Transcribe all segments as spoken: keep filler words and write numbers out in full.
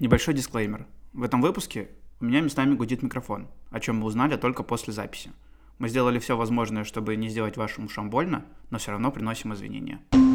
Небольшой дисклеймер. В этом выпуске у меня местами гудит микрофон, о чем мы узнали только после записи. Мы сделали все возможное, чтобы не сделать вашим ушам больно, но все равно приносим извинения.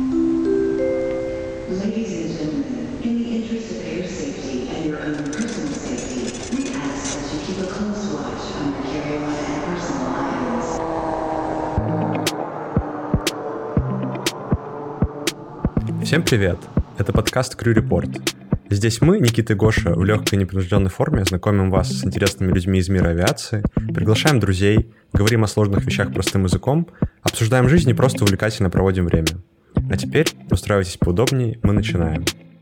Всем привет! Это подкаст Crew Report. Здесь мы, Никита и Гоша, в легкой непринужденной форме знакомим вас с интересными людьми из мира авиации, приглашаем друзей, говорим о сложных вещах простым языком, обсуждаем жизнь и просто увлекательно проводим время. А теперь устраивайтесь поудобнее, мы начинаем.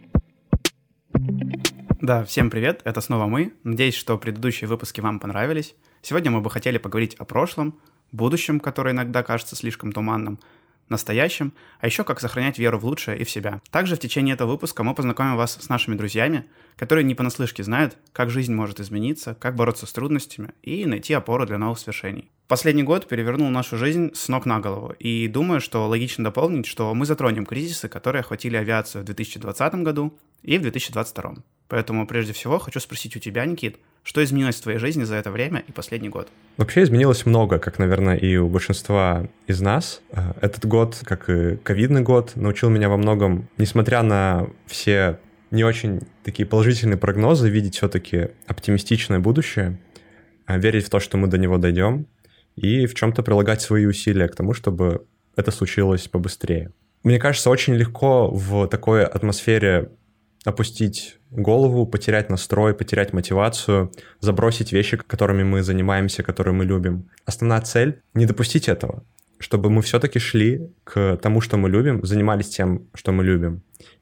Да, всем привет, это снова мы. Надеюсь, что предыдущие выпуски вам понравились. Сегодня мы бы хотели поговорить о прошлом, будущем, которое иногда кажется слишком туманным, настоящем, а еще как сохранять веру в лучшее и в себя. Также в течение этого выпуска мы познакомим вас с нашими друзьями, которые не понаслышке знают, как жизнь может измениться, как бороться с трудностями и найти опору для новых свершений. Последний год перевернул нашу жизнь с ног на голову, и думаю, что логично дополнить, что мы затронем кризисы, которые охватили авиацию в две тысячи двадцатом году и в две тысячи двадцать втором. Поэтому прежде всего хочу спросить у тебя, Никит, что изменилось в твоей жизни за это время и последний год? Вообще изменилось много, как, наверное, и у большинства из нас. Этот год, как и ковидный год, научил меня во многом, несмотря на все не очень такие положительные прогнозы, видеть все-таки оптимистичное будущее, верить в то, что мы до него дойдем, и в чем-то прилагать свои усилия к тому, чтобы это случилось побыстрее. Мне кажется, очень легко в такой атмосфере опустить голову, потерять настрой, потерять мотивацию, забросить вещи, которыми мы занимаемся, которые мы любим. Основная цель — не допустить этого, чтобы мы все-таки шли к тому, что мы любим, занимались тем, что мы любим,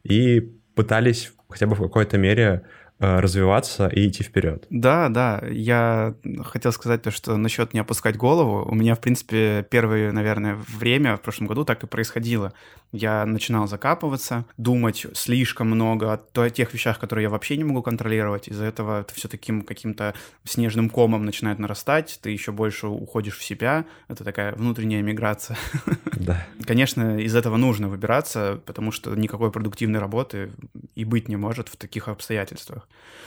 и пытались хотя бы в какой-то мере развиваться и идти вперед. Да, да, я хотел сказать то, что насчет не опускать голову, у меня, в принципе, первое, наверное, время в прошлом году так и происходило. Я начинал закапываться, думать слишком много о тех вещах, которые я вообще не могу контролировать. Из-за этого это все таким каким-то снежным комом начинает нарастать, ты еще больше уходишь в себя. Это такая внутренняя миграция. Да. Конечно, из этого нужно выбираться, потому что никакой продуктивной работы и быть не может в таких обстоятельствах.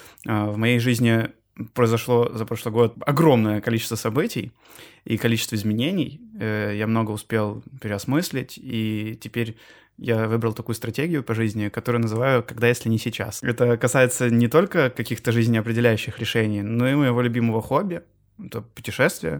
В моей жизни произошло за прошлый год огромное количество событий и количество изменений. Я много успел переосмыслить, и теперь я выбрал такую стратегию по жизни, которую называю «когда, если не сейчас». Это касается не только каких-то жизнеопределяющих решений, но и моего любимого хобби — это путешествия.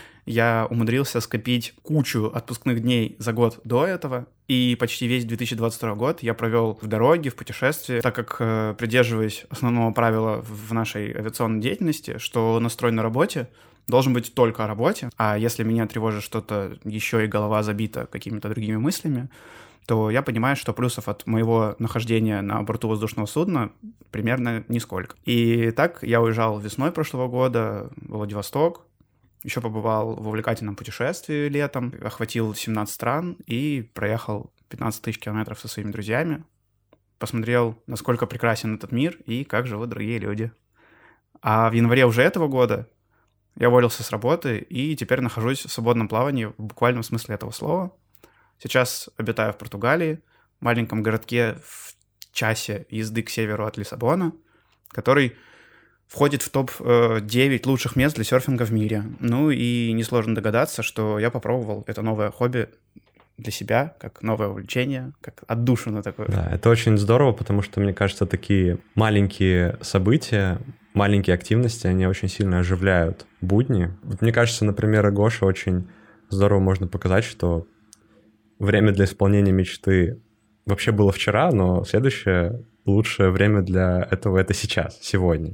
Я умудрился скопить кучу отпускных дней за год до этого, и почти весь две тысячи двадцать второй год я провел в дороге, в путешествии, так как э, придерживаюсь основного правила в нашей авиационной деятельности, что настрой на работе должен быть только о работе, а если меня тревожит что-то еще и голова забита какими-то другими мыслями, то я понимаю, что плюсов от моего нахождения на борту воздушного судна примерно нисколько. И так я уезжал весной прошлого года в Владивосток, еще побывал в увлекательном путешествии летом, охватил семнадцать стран и проехал пятнадцать тысяч километров со своими друзьями. Посмотрел, насколько прекрасен этот мир и как живут другие люди. А в январе уже этого года я уволился с работы и теперь нахожусь в свободном плавании в буквальном смысле этого слова. Сейчас обитаю в Португалии, в маленьком городке в часе езды к северу от Лиссабона, который входит в топ девять лучших мест для серфинга в мире. Ну и несложно догадаться, что я попробовал это новое хобби для себя, как новое увлечение, как отдушина такое. Да, это очень здорово, потому что, мне кажется, такие маленькие события, маленькие активности, они очень сильно оживляют будни. Вот мне кажется, например, Гоша очень здорово можно показать, что время для исполнения мечты вообще было вчера, но следующее лучшее время для этого — это сейчас, сегодня.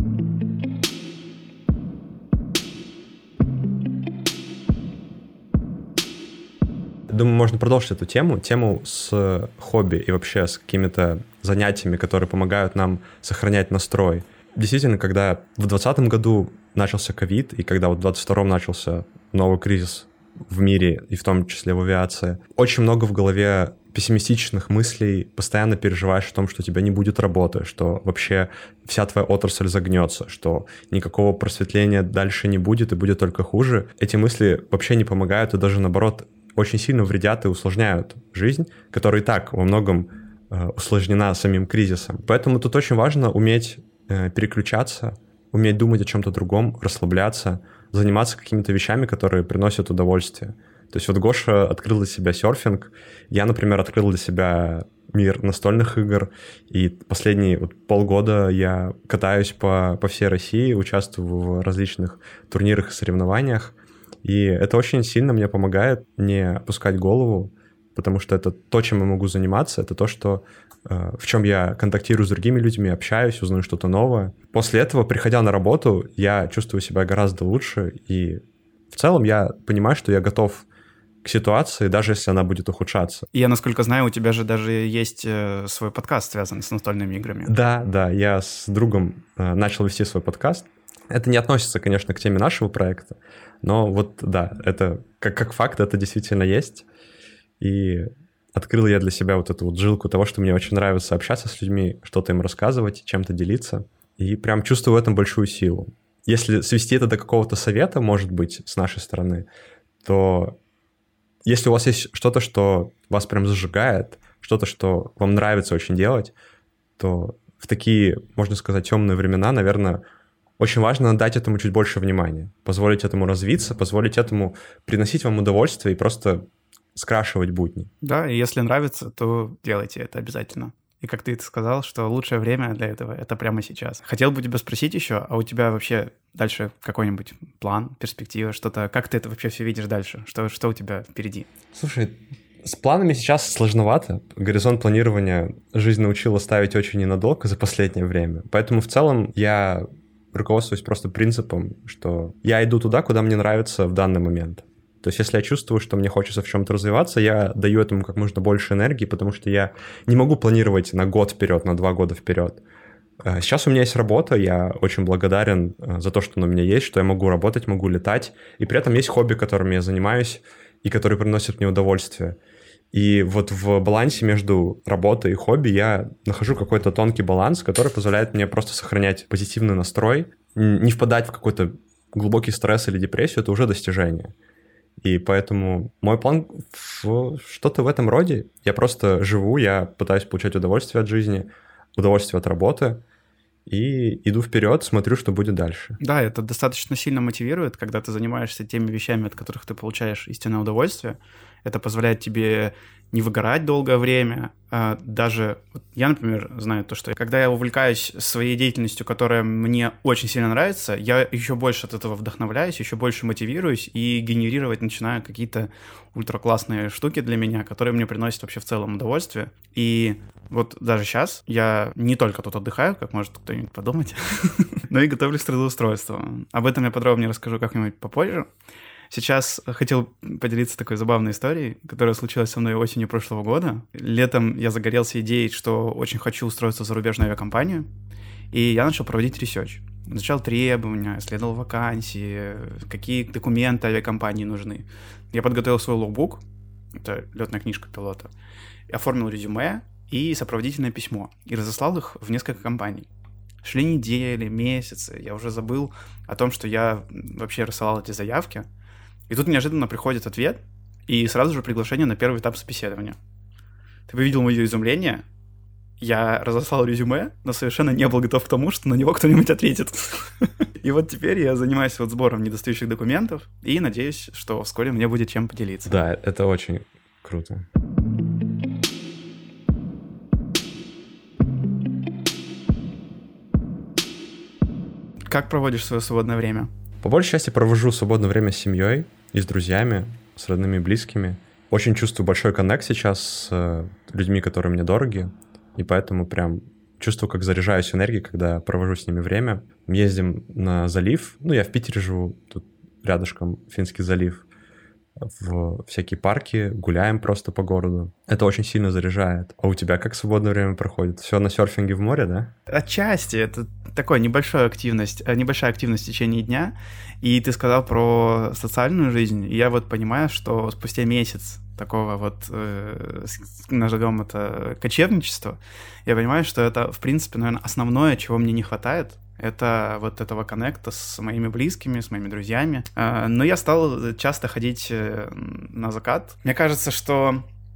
Думаю, можно продолжить эту тему, тему с хобби и вообще с какими-то занятиями, которые помогают нам сохранять настрой. Действительно, когда в двадцатом году начался ковид, и когда вот в двадцать втором начался новый кризис в мире, и в том числе в авиации, очень много в голове пессимистичных мыслей, постоянно переживаешь о том, что у тебя не будет работы, что вообще вся твоя отрасль загнется, что никакого просветления дальше не будет и будет только хуже. Эти мысли вообще не помогают и даже, наоборот, очень сильно вредят и усложняют жизнь, которая и так во многом э, усложнена самим кризисом. Поэтому тут очень важно уметь э, переключаться, уметь думать о чем-то другом, расслабляться, заниматься какими-то вещами, которые приносят удовольствие. То есть вот Гоша открыл для себя серфинг, я, например, открыл для себя мир настольных игр, и последние вот полгода я катаюсь по, по всей России, участвую в различных турнирах и соревнованиях, и это очень сильно мне помогает не опускать голову, потому что это то, чем я могу заниматься, это то, что, э, в чем я контактирую с другими людьми, общаюсь, узнаю что-то новое. После этого, приходя на работу, я чувствую себя гораздо лучше, и в целом я понимаю, что я готов к ситуации, даже если она будет ухудшаться. И я, насколько знаю, у тебя же даже есть э, свой подкаст, связанный с настольными играми. Да, да, я с другом э, начал вести свой подкаст. Это не относится, конечно, к теме нашего проекта, но вот, да, это как, как факт, это действительно есть. И открыл я для себя вот эту вот жилку того, что мне очень нравится общаться с людьми, что-то им рассказывать, чем-то делиться. И прям чувствую в этом большую силу. Если свести это до какого-то совета, может быть, с нашей стороны, то если у вас есть что-то, что вас прям зажигает, что-то, что вам нравится очень делать, то в такие, можно сказать, темные времена, наверное, очень важно дать этому чуть больше внимания, позволить этому развиться, позволить этому приносить вам удовольствие и просто скрашивать будни. Да, и если нравится, то делайте это обязательно. И как ты сказал, что лучшее время для этого — это прямо сейчас. Хотел бы тебя спросить еще, а у тебя вообще дальше какой-нибудь план, перспектива, что-то? Как ты это вообще все видишь дальше? Что, что у тебя впереди? Слушай, с планами сейчас сложновато. Горизонт планирования жизнь научила ставить очень ненадолго за последнее время. Поэтому в целом я руководствуюсь просто принципом, что я иду туда, куда мне нравится в данный момент. То есть если я чувствую, что мне хочется в чем-то развиваться, я даю этому как можно больше энергии, потому что я не могу планировать на год вперед, на два года вперед. Сейчас у меня есть работа, я очень благодарен за то, что она у меня есть, что я могу работать, могу летать, и при этом есть хобби, которым я занимаюсь, и которые приносят мне удовольствие. И вот в балансе между работой и хобби я нахожу какой-то тонкий баланс, который позволяет мне просто сохранять позитивный настрой, не впадать в какой-то глубокий стресс или депрессию, это уже достижение. И поэтому мой план в что-то в этом роде. Я просто живу, я пытаюсь получать удовольствие от жизни, удовольствие от работы, и иду вперед, смотрю, что будет дальше. Да, это достаточно сильно мотивирует, когда ты занимаешься теми вещами, от которых ты получаешь истинное удовольствие. Это позволяет тебе не выгорать долгое время. Даже я, например, знаю то, что когда я увлекаюсь своей деятельностью, которая мне очень сильно нравится, я еще больше от этого вдохновляюсь, еще больше мотивируюсь и генерировать начинаю какие-то ультраклассные штуки для меня, которые мне приносят вообще в целом удовольствие. И вот даже сейчас я не только тут отдыхаю, как может кто-нибудь подумать, но и готовлюсь к трудоустройству. Об этом я подробнее расскажу как-нибудь попозже. Сейчас хотел поделиться такой забавной историей, которая случилась со мной осенью прошлого года. Летом я загорелся идеей, что очень хочу устроиться в зарубежную авиакомпанию, и я начал проводить ресерч. Изучал требования, исследовал вакансии, какие документы авиакомпании нужны. Я подготовил свой логбук, это летная книжка пилота, оформил резюме и сопроводительное письмо, и разослал их в несколько компаний. Шли недели, месяцы, я уже забыл о том, что я вообще рассылал эти заявки. И тут неожиданно приходит ответ, и сразу же приглашение на первый этап собеседования. Ты бы видел мое изумление. Я разослал резюме, но совершенно не был готов к тому, что на него кто-нибудь ответит. И вот теперь я занимаюсь вот сбором недостающих документов, и надеюсь, что вскоре мне будет чем поделиться. Да, это очень круто. Как проводишь свое свободное время? По большей части провожу свободное время с семьей и с друзьями, с родными и близкими. Очень чувствую большой коннект сейчас с людьми, которые мне дороги, и поэтому прям чувствую, как заряжаюсь энергией, когда провожу с ними время. Ездим на залив, ну, я в Питере живу, тут рядышком Финский залив, в всякие парки, гуляем просто по городу. Это очень сильно заряжает. А у тебя как свободное время проходит? Все на серфинге в море, да? Отчасти. Это такая небольшая активность, небольшая активность в течение дня. И ты сказал про социальную жизнь. И я вот понимаю, что спустя месяц такого вот, э, назовем это, кочевничества, я понимаю, что это, в принципе, наверное, основное, чего мне не хватает. Это вот этого коннекта с моими близкими, с моими друзьями. Но я стал часто ходить на закат. Мне кажется, что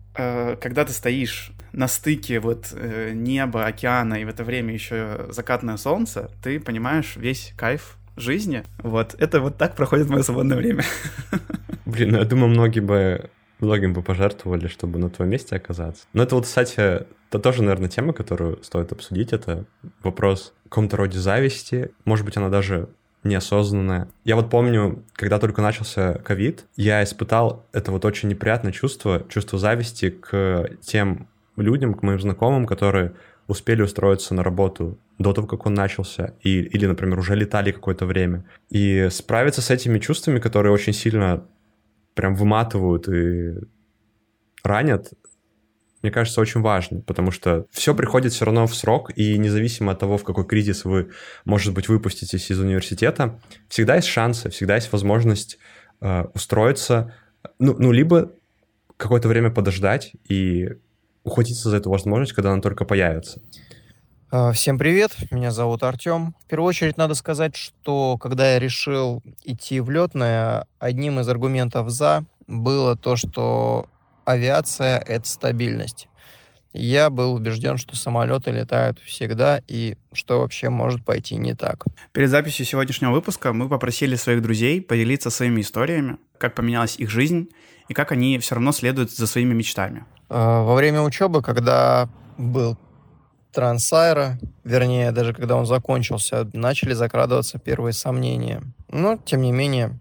э, когда ты стоишь на стыке вот э, неба, океана, и в это время еще закатное солнце, ты понимаешь весь кайф жизни. Вот, это вот так проходит мое свободное время. Блин, ну я думаю, многие бы, многим бы пожертвовали, чтобы на твоем месте оказаться. Но это вот, кстати, это тоже, наверное, тема, которую стоит обсудить. Это вопрос в каком-то роде зависти. Может быть, она даже неосознанная. Я вот помню, когда только начался ковид, я испытал это вот очень неприятное чувство, чувство зависти к тем людям, к моим знакомым, которые успели устроиться на работу до того, как он начался, и, или, например, уже летали какое-то время. И справиться с этими чувствами, которые очень сильно прям выматывают и ранят, мне кажется, очень важно, потому что все приходит все равно в срок, и независимо от того, в какой кризис вы, может быть, выпуститесь из университета, всегда есть шансы, всегда есть возможность э, устроиться, ну, ну, либо какое-то время подождать и ухватиться за эту возможность, когда она только появится. Всем привет, меня зовут Артем. В первую очередь надо сказать, что когда я решил идти в летное, одним из аргументов «за» было то, что авиация — это стабильность. Я был убежден, что самолеты летают всегда, и что вообще может пойти не так. Перед записью сегодняшнего выпуска мы попросили своих друзей поделиться своими историями, как поменялась их жизнь и как они все равно следуют за своими мечтами. Во время учебы, когда был Трансайра, вернее, даже когда он закончился, начали закрадываться первые сомнения. Но, тем не менее,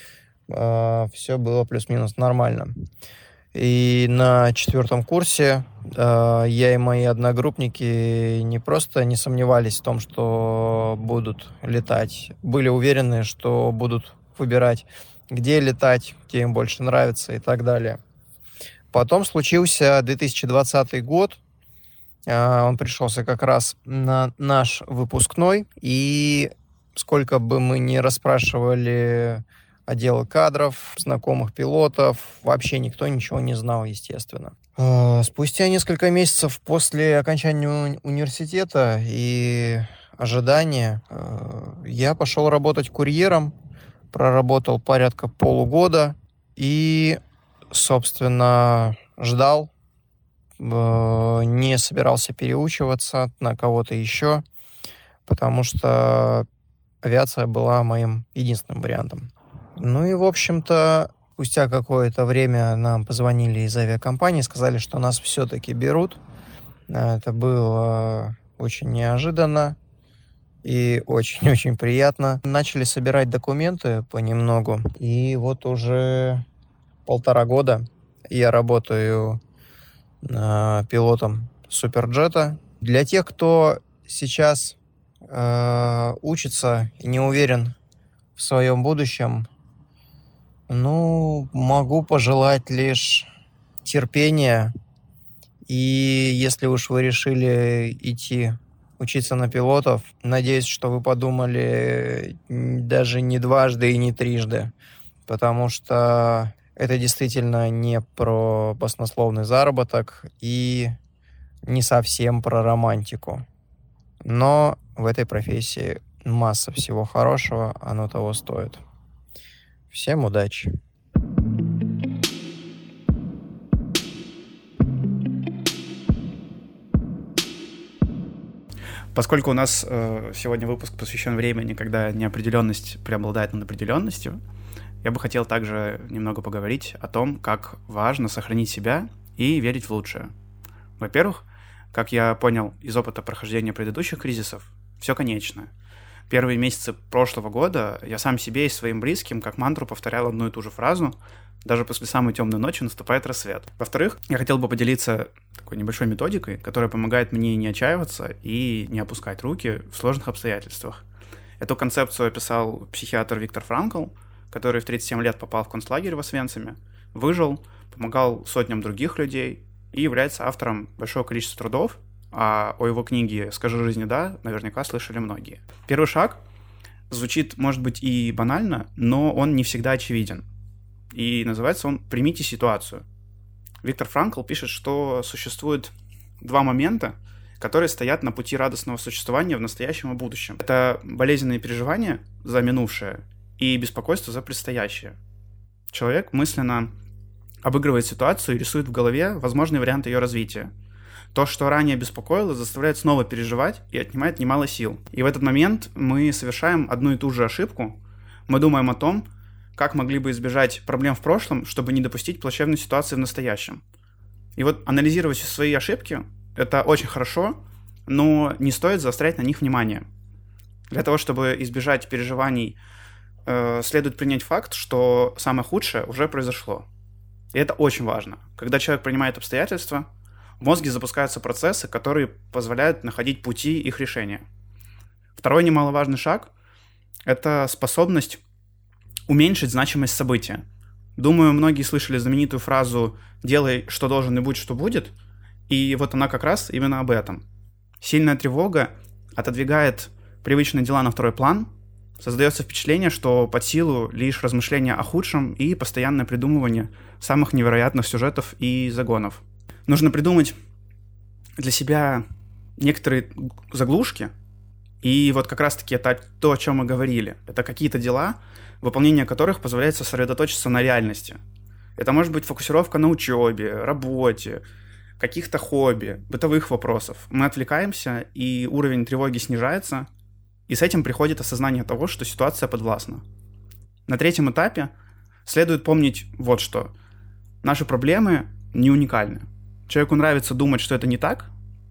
все было плюс-минус нормально. И на четвертом курсе я и мои одногруппники не просто не сомневались в том, что будут летать, были уверены, что будут выбирать, где летать, где им больше нравится и так далее. Потом случился две тысячи двадцатый год, он пришелся как раз на наш выпускной, и сколько бы мы ни расспрашивали отделы кадров, знакомых пилотов, вообще никто ничего не знал, естественно. Спустя несколько месяцев после окончания уни- университета и ожидания я пошел работать курьером, проработал порядка полугода и, собственно, ждал, не собирался переучиваться на кого-то еще, потому что авиация была моим единственным вариантом. Ну и, в общем-то, спустя какое-то время нам позвонили из авиакомпании, сказали, что нас все-таки берут. Это было очень неожиданно и очень-очень приятно. Начали собирать документы понемногу, и вот уже полтора года я работаю пилотом суперджета. Для тех, кто сейчас э, учится и не уверен в своем будущем, ну, могу пожелать лишь терпения. И если уж вы решили идти учиться на пилотов, надеюсь, что вы подумали даже не дважды и не трижды, потому что это действительно не про баснословный заработок и не совсем про романтику. Но в этой профессии масса всего хорошего, оно того стоит. Всем удачи! Поскольку у нас э, сегодня выпуск посвящен времени, когда неопределенность преобладает над определенностью, я бы хотел также немного поговорить о том, как важно сохранить себя и верить в лучшее. Во-первых, как я понял из опыта прохождения предыдущих кризисов, все конечно. Первые месяцы прошлого года я сам себе и своим близким как мантру повторял одну и ту же фразу: даже после самой темной ночи наступает рассвет. Во-вторых, я хотел бы поделиться такой небольшой методикой, которая помогает мне не отчаиваться и не опускать руки в сложных обстоятельствах. Эту концепцию описал психиатр Виктор Франкл, который в тридцать семь лет попал в концлагерь в Освенциме, выжил, помогал сотням других людей и является автором большого количества трудов, а о его книге «Скажи жизни да» наверняка слышали многие. Первый шаг звучит, может быть, и банально, но он не всегда очевиден. И называется он «Примите ситуацию». Виктор Франкл пишет, что существует два момента, которые стоят на пути радостного существования в настоящем и будущем. Это болезненные переживания за минувшее и беспокойство за предстоящее. Человек мысленно обыгрывает ситуацию и рисует в голове возможный вариант ее развития. То, что ранее беспокоило, заставляет снова переживать и отнимает немало сил. И в этот момент мы совершаем одну и ту же ошибку. Мы думаем о том, как могли бы избежать проблем в прошлом, чтобы не допустить плачевной ситуации в настоящем. И вот анализировать свои ошибки – это очень хорошо, но не стоит заострять на них внимание. Для того, чтобы избежать переживаний, э, следует принять факт, что самое худшее уже произошло. И это очень важно. Когда человек принимает обстоятельства, в мозге запускаются процессы, которые позволяют находить пути их решения. Второй немаловажный шаг – это способность уменьшить значимость события. Думаю, многие слышали знаменитую фразу «делай, что должен, и будь, что будет», и вот она как раз именно об этом. Сильная тревога отодвигает привычные дела на второй план, создается впечатление, что под силу лишь размышления о худшем и постоянное придумывание самых невероятных сюжетов и загонов. Нужно придумать для себя некоторые заглушки, и вот как раз-таки это то, о чем мы говорили. Это какие-то дела, выполнение которых позволяет сосредоточиться на реальности. Это может быть фокусировка на учебе, работе, каких-то хобби, бытовых вопросов. Мы отвлекаемся, и уровень тревоги снижается, и с этим приходит осознание того, что ситуация подвластна. На третьем этапе следует помнить вот что. Наши проблемы не уникальны. Человеку нравится думать, что это не так,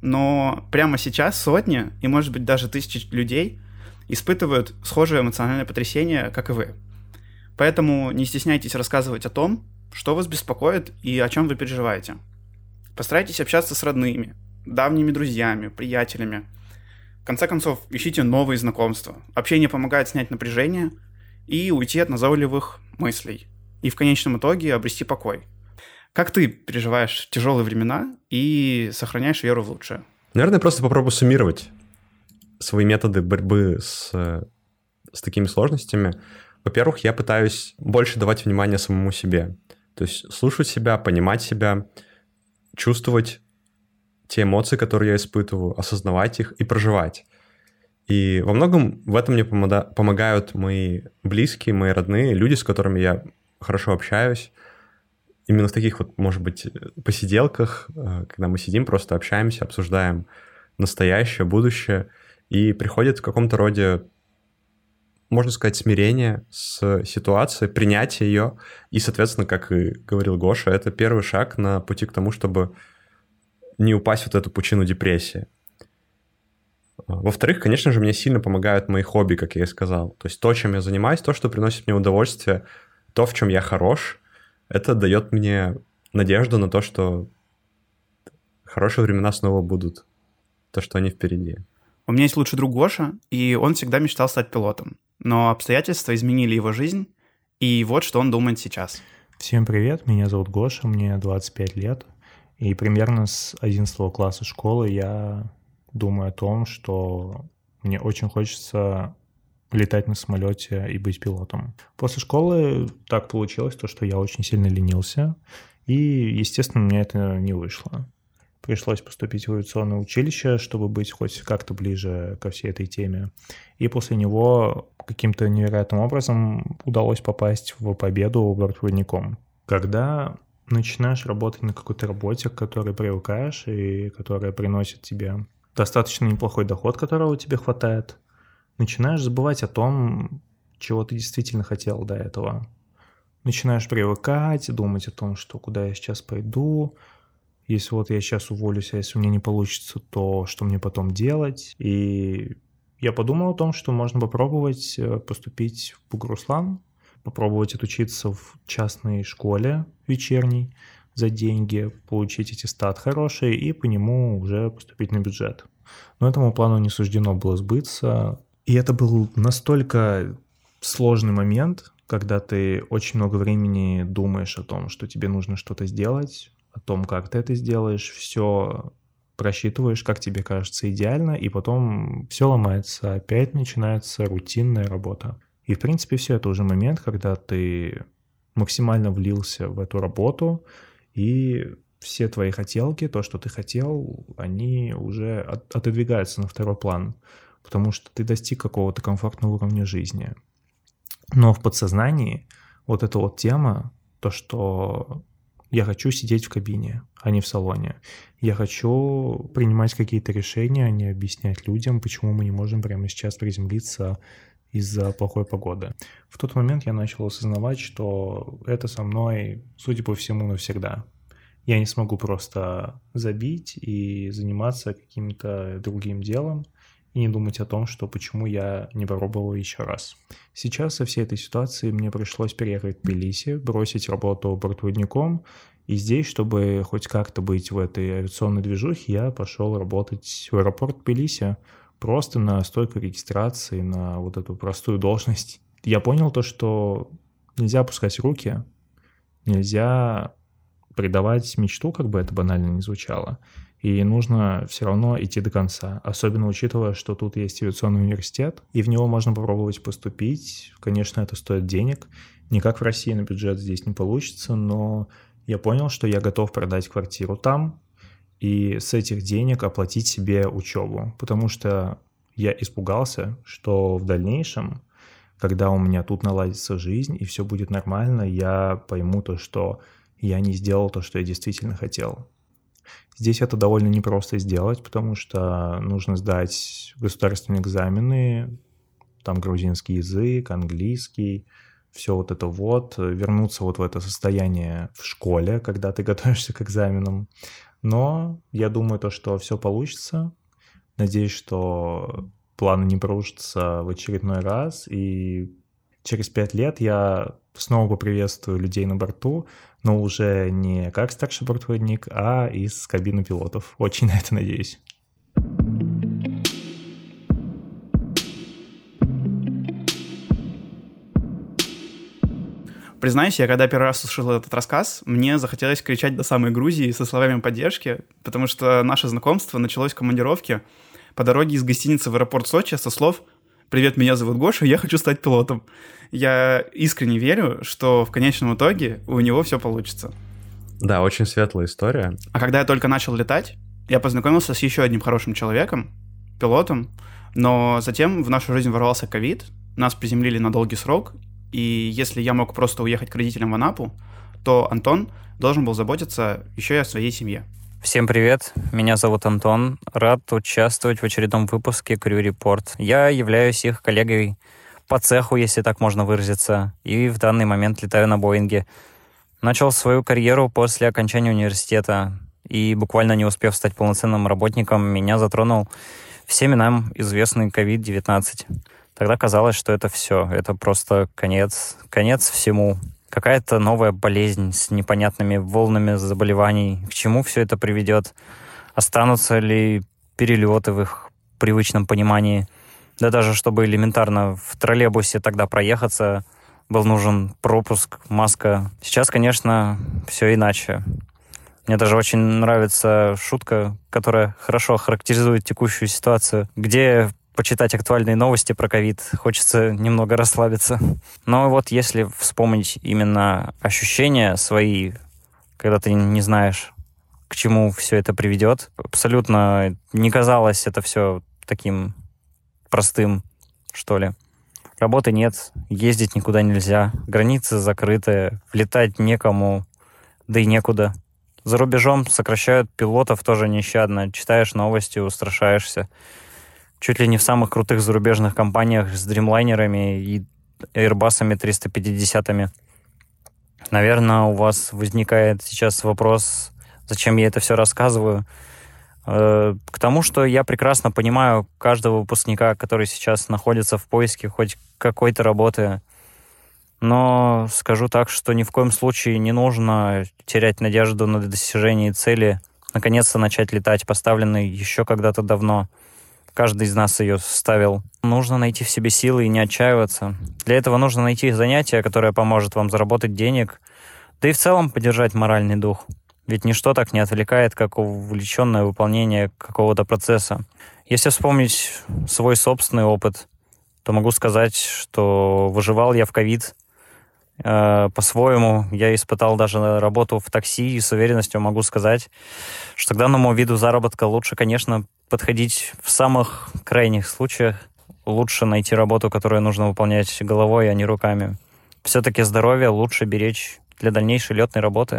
но прямо сейчас сотни и, может быть, даже тысячи людей испытывают схожее эмоциональное потрясение, как и вы. Поэтому не стесняйтесь рассказывать о том, что вас беспокоит и о чем вы переживаете. Постарайтесь общаться с родными, давними друзьями, приятелями. В конце концов, ищите новые знакомства. Общение помогает снять напряжение и уйти от назойливых мыслей. И в конечном итоге обрести покой. Как ты переживаешь тяжелые времена и сохраняешь веру в лучшее? Наверное, просто попробую суммировать свои методы борьбы с, с такими сложностями. Во-первых, я пытаюсь больше давать внимание самому себе. То есть слушать себя, понимать себя, чувствовать те эмоции, которые я испытываю, осознавать их и проживать. И во многом в этом мне помога- помогают мои близкие, мои родные, люди, с которыми я хорошо общаюсь. Именно в таких вот, может быть, посиделках, когда мы сидим, просто общаемся, обсуждаем настоящее, будущее, и приходит в каком-то роде, можно сказать, смирение с ситуацией, принятие ее, и, соответственно, как и говорил Гоша, это первый шаг на пути к тому, чтобы не упасть в вот эту пучину депрессии. Во-вторых, конечно же, мне сильно помогают мои хобби, как я и сказал. То есть то, чем я занимаюсь, то, что приносит мне удовольствие, то, в чем я хорош, это дает мне надежду на то, что хорошие времена снова будут, то, что они впереди. У меня есть лучший друг Гоша, и он всегда мечтал стать пилотом. Но обстоятельства изменили его жизнь, и вот что он думает сейчас. Всем привет, меня зовут Гоша, мне двадцать пять лет, и примерно с одиннадцатого класса школы я думаю о том, что мне очень хочется летать на самолете и быть пилотом. После школы так получилось, то, что я очень сильно ленился, и, естественно, у меня это не вышло. Пришлось поступить в авиационное училище, чтобы быть хоть как-то ближе ко всей этой теме. И после него каким-то невероятным образом удалось попасть в Победу бортпроводником. Когда начинаешь работать на какой-то работе, к которой привыкаешь и которая приносит тебе достаточно неплохой доход, которого тебе хватает, начинаешь забывать о том, чего ты действительно хотел до этого. Начинаешь привыкать, думать о том, что куда я сейчас пойду, если вот я сейчас уволюсь, а если у меня не получится, то что мне потом делать? И я подумал о том, что можно попробовать поступить в Бугуруслан, попробовать отучиться в частной школе вечерней за деньги, получить аттестат хороший и по нему уже поступить на бюджет. Но этому плану не суждено было сбыться. И это был настолько сложный момент, когда ты очень много времени думаешь о том, что тебе нужно что-то сделать, о том, как ты это сделаешь, все просчитываешь, как тебе кажется идеально, и потом все ломается, опять начинается рутинная работа. И, в принципе, все это уже момент, когда ты максимально влился в эту работу, и все твои хотелки, то, что ты хотел, они уже от, отодвигаются на второй план, потому что ты достиг какого-то комфортного уровня жизни. Но в подсознании вот эта вот тема, то, что Я хочу сидеть в кабине, а не в салоне. Я хочу принимать какие-то решения, а не объяснять людям, почему мы не можем прямо сейчас приземлиться из-за плохой погоды. В тот момент я начал осознавать, что это со мной, судя по всему, навсегда. Я не смогу просто забить и заниматься каким-то другим делом и не думать о том, что почему я не попробовал еще раз. Сейчас со всей этой ситуацией мне пришлось переехать в Тбилиси, бросить работу бортпроводником, и здесь, чтобы хоть как-то быть в этой авиационной движухе, я пошел работать в аэропорт Тбилиси, просто на стойку регистрации, на вот эту простую должность. Я понял то, что нельзя опускать руки, нельзя предавать мечту, как бы это банально ни звучало, и нужно все равно идти до конца, особенно учитывая, что тут есть авиационный университет, и в него можно попробовать поступить. Конечно, это стоит денег, никак в России на бюджет здесь не получится, но я понял, что я готов продать квартиру там, и с этих денег оплатить себе учебу, потому что я испугался, что в дальнейшем, когда у меня тут наладится жизнь и все будет нормально, я пойму то, что я не сделал то, что я действительно хотел. Здесь это довольно непросто сделать, потому что нужно сдать государственные экзамены, там грузинский язык, английский, все вот это вот, вернуться вот в это состояние в школе, когда ты готовишься к экзаменам. Но я думаю, то, что все получится. Надеюсь, что планы не порушатся в очередной раз. И через пять лет я снова поприветствую людей на борту, но уже не как старший бортпроводник, а из кабины пилотов. Очень на это надеюсь. Признаюсь, я когда первый раз услышал этот рассказ, мне захотелось кричать до самой Грузии со словами поддержки, потому что наше знакомство началось в командировке по дороге из гостиницы в аэропорт Сочи со слов «Привет, меня зовут Гоша, я хочу стать пилотом». Я искренне верю, что в конечном итоге у него все получится. Да, очень светлая история. А когда я только начал летать, я познакомился с еще одним хорошим человеком, пилотом, но затем в нашу жизнь ворвался ковид, нас приземлили на долгий срок, и если я мог просто уехать к родителям в Анапу, то Антон должен был заботиться еще и о своей семье. Всем привет, меня зовут Антон, рад участвовать в очередном выпуске Crew Report. Я являюсь их коллегой по цеху, если так можно выразиться, и в данный момент летаю на Боинге. Начал свою карьеру после окончания университета, и буквально не успев стать полноценным работником, меня затронул всеми нам известный ковид девятнадцать. Тогда казалось, что это все, это просто конец, конец всему. Какая-то новая болезнь с непонятными волнами заболеваний. К чему все это приведет? Останутся ли перелеты в их привычном понимании? Да даже чтобы элементарно в троллейбусе тогда проехаться, был нужен пропуск, маска. Сейчас, конечно, все иначе. Мне даже очень нравится шутка, которая хорошо характеризует текущую ситуацию, где почитать актуальные новости про ковид, хочется немного расслабиться. Но вот если вспомнить именно ощущения свои, когда ты не знаешь, к чему все это приведет, абсолютно не казалось это все таким простым, что ли. Работы нет, ездить никуда нельзя, границы закрыты, влетать некому, да и некуда. За рубежом сокращают пилотов тоже нещадно, читаешь новости, устрашаешься. Чуть ли не в самых крутых зарубежных компаниях с дримлайнерами и Airbus'ами триста пятидесятами. Наверное, у вас возникает сейчас вопрос, зачем я это все рассказываю. Э, к тому, что я прекрасно понимаю каждого выпускника, который сейчас находится в поиске хоть какой-то работы. Но скажу так, что ни в коем случае не нужно терять надежду на достижение цели, наконец-то начать летать, поставленной еще когда-то давно. Каждый из нас ее ставил. Нужно найти в себе силы и не отчаиваться. Для этого нужно найти занятие, которое поможет вам заработать денег, да и в целом поддержать моральный дух. Ведь ничто так не отвлекает, как увлеченное выполнение какого-то процесса. Если вспомнить свой собственный опыт, то могу сказать, что выживал я в ковид. Э, по-своему, я испытал даже работу в такси, и с уверенностью могу сказать, что к данному виду заработка лучше, конечно, подходить в самых крайних случаях. Лучше найти работу, которую нужно выполнять головой, а не руками. Все-таки здоровье лучше беречь для дальнейшей летной работы.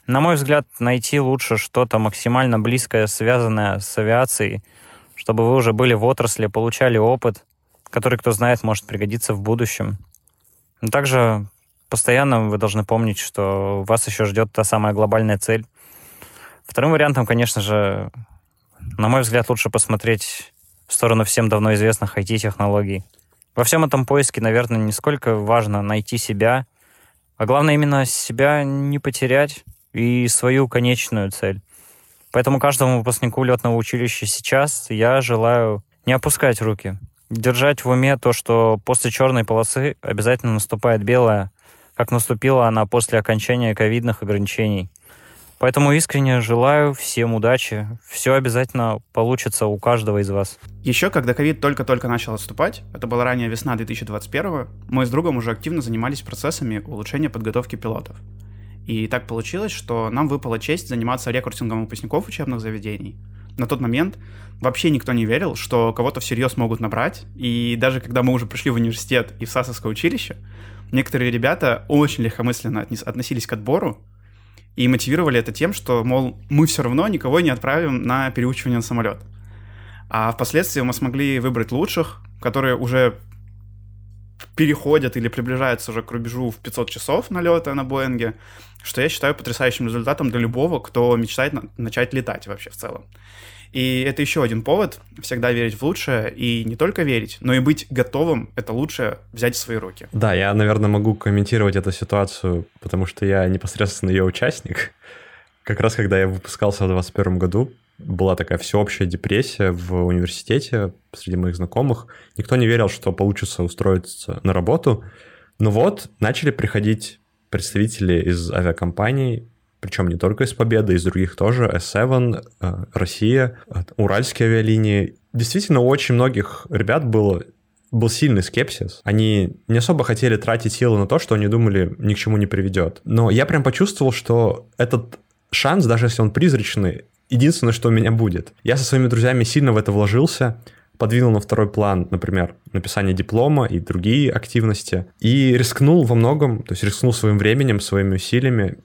На мой взгляд, найти лучше что-то максимально близкое, связанное с авиацией, чтобы вы уже были в отрасли, получали опыт, который, кто знает, может пригодиться в будущем. Но также постоянно вы должны помнить, что вас еще ждет та самая глобальная цель. Вторым вариантом, конечно же, на мой взгляд, лучше посмотреть в сторону всем давно известных ай ти-технологий. Во всем этом поиске, наверное, не сколько важно найти себя, а главное именно себя не потерять и свою конечную цель. Поэтому каждому выпускнику летного училища сейчас я желаю не опускать руки, держать в уме то, что после черной полосы обязательно наступает белая, как наступила она после окончания ковидных ограничений. Поэтому искренне желаю всем удачи. Все обязательно получится у каждого из вас. Еще, когда ковид только-только начал отступать, это была ранняя весна две тысячи двадцать первого, мы с другом уже активно занимались процессами улучшения подготовки пилотов. И так получилось, что нам выпала честь заниматься рекрутингом выпускников учебных заведений. На тот момент вообще никто не верил, что кого-то всерьез могут набрать, и даже когда мы уже пришли в университет и в САСовское училище, некоторые ребята очень легкомысленно относились к отбору, и мотивировали это тем, что, мол, мы все равно никого не отправим на переучивание на самолет. А впоследствии мы смогли выбрать лучших, которые уже переходят или приближаются уже к рубежу в пятьсот часов налета на Боинге, что я считаю потрясающим результатом для любого, кто мечтает на- начать летать вообще в целом. И это еще один повод всегда верить в лучшее, и не только верить, но и быть готовым это лучшее взять в свои руки. Да, я, наверное, могу комментировать эту ситуацию, потому что я непосредственно ее участник. Как раз когда я выпускался в двадцать первом году, была такая всеобщая депрессия в университете среди моих знакомых. Никто не верил, что получится устроиться на работу. Но вот начали приходить представители из авиакомпаний, причем не только из Победы, из других тоже, эс семь, Россия, Уральские авиалинии. Действительно, у очень многих ребят было, был сильный скепсис. Они не особо хотели тратить силы на то, что они думали, ни к чему не приведет. Но я прям почувствовал, что этот шанс, даже если он призрачный, единственное, что у меня будет. Я со своими друзьями сильно в это вложился, подвинул на второй план, например, написание диплома и другие активности, и рискнул во многом, то есть рискнул своим временем, своими усилиями.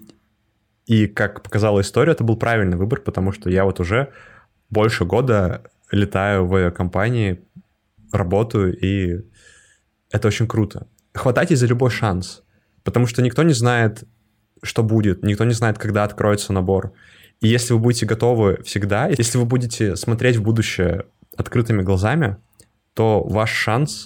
И, как показала история, это был правильный выбор, потому что я вот уже больше года летаю в авиакомпании, работаю, и это очень круто. Хватайтесь за любой шанс, потому что никто не знает, что будет, никто не знает, когда откроется набор. И если вы будете готовы всегда, если вы будете смотреть в будущее открытыми глазами, то ваш шанс,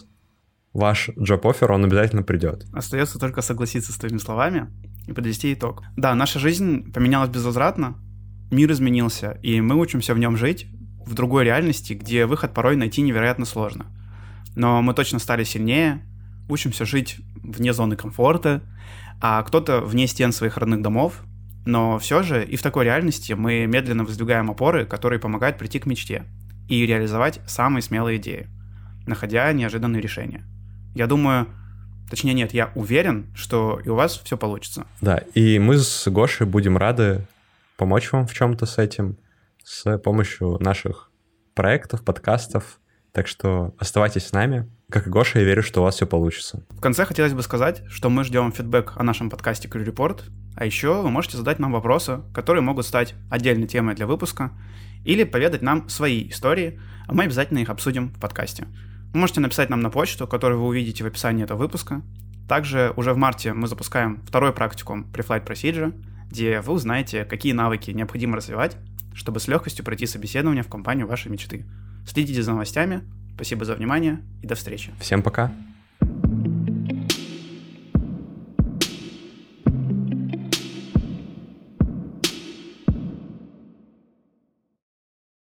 ваш job-offer, он обязательно придет. Остается только согласиться с твоими словами и подвести итог. Да, наша жизнь поменялась безвозвратно, мир изменился, и мы учимся в нем жить в другой реальности, где выход порой найти невероятно сложно. Но мы точно стали сильнее, учимся жить вне зоны комфорта, а кто-то вне стен своих родных домов, но все же и в такой реальности мы медленно воздвигаем опоры, которые помогают прийти к мечте и реализовать самые смелые идеи, находя неожиданные решения. Я думаю, точнее нет, я уверен, что и у вас все получится. Да, и мы с Гошей будем рады помочь вам в чем-то с этим, с помощью наших проектов, подкастов. Так что оставайтесь с нами. Как и Гоша, я верю, что у вас все получится. В конце хотелось бы сказать, что мы ждем фидбэк о нашем подкасте Crew Report, а еще вы можете задать нам вопросы, которые могут стать отдельной темой для выпуска, или поведать нам свои истории, а мы обязательно их обсудим в подкасте. Вы можете написать нам на почту, которую вы увидите в описании этого выпуска. Также уже в марте мы запускаем второй практикум Pre-Flight Procedure, где вы узнаете, какие навыки необходимо развивать, чтобы с легкостью пройти собеседование в компанию вашей мечты. Следите за новостями. Спасибо за внимание и до встречи. Всем пока.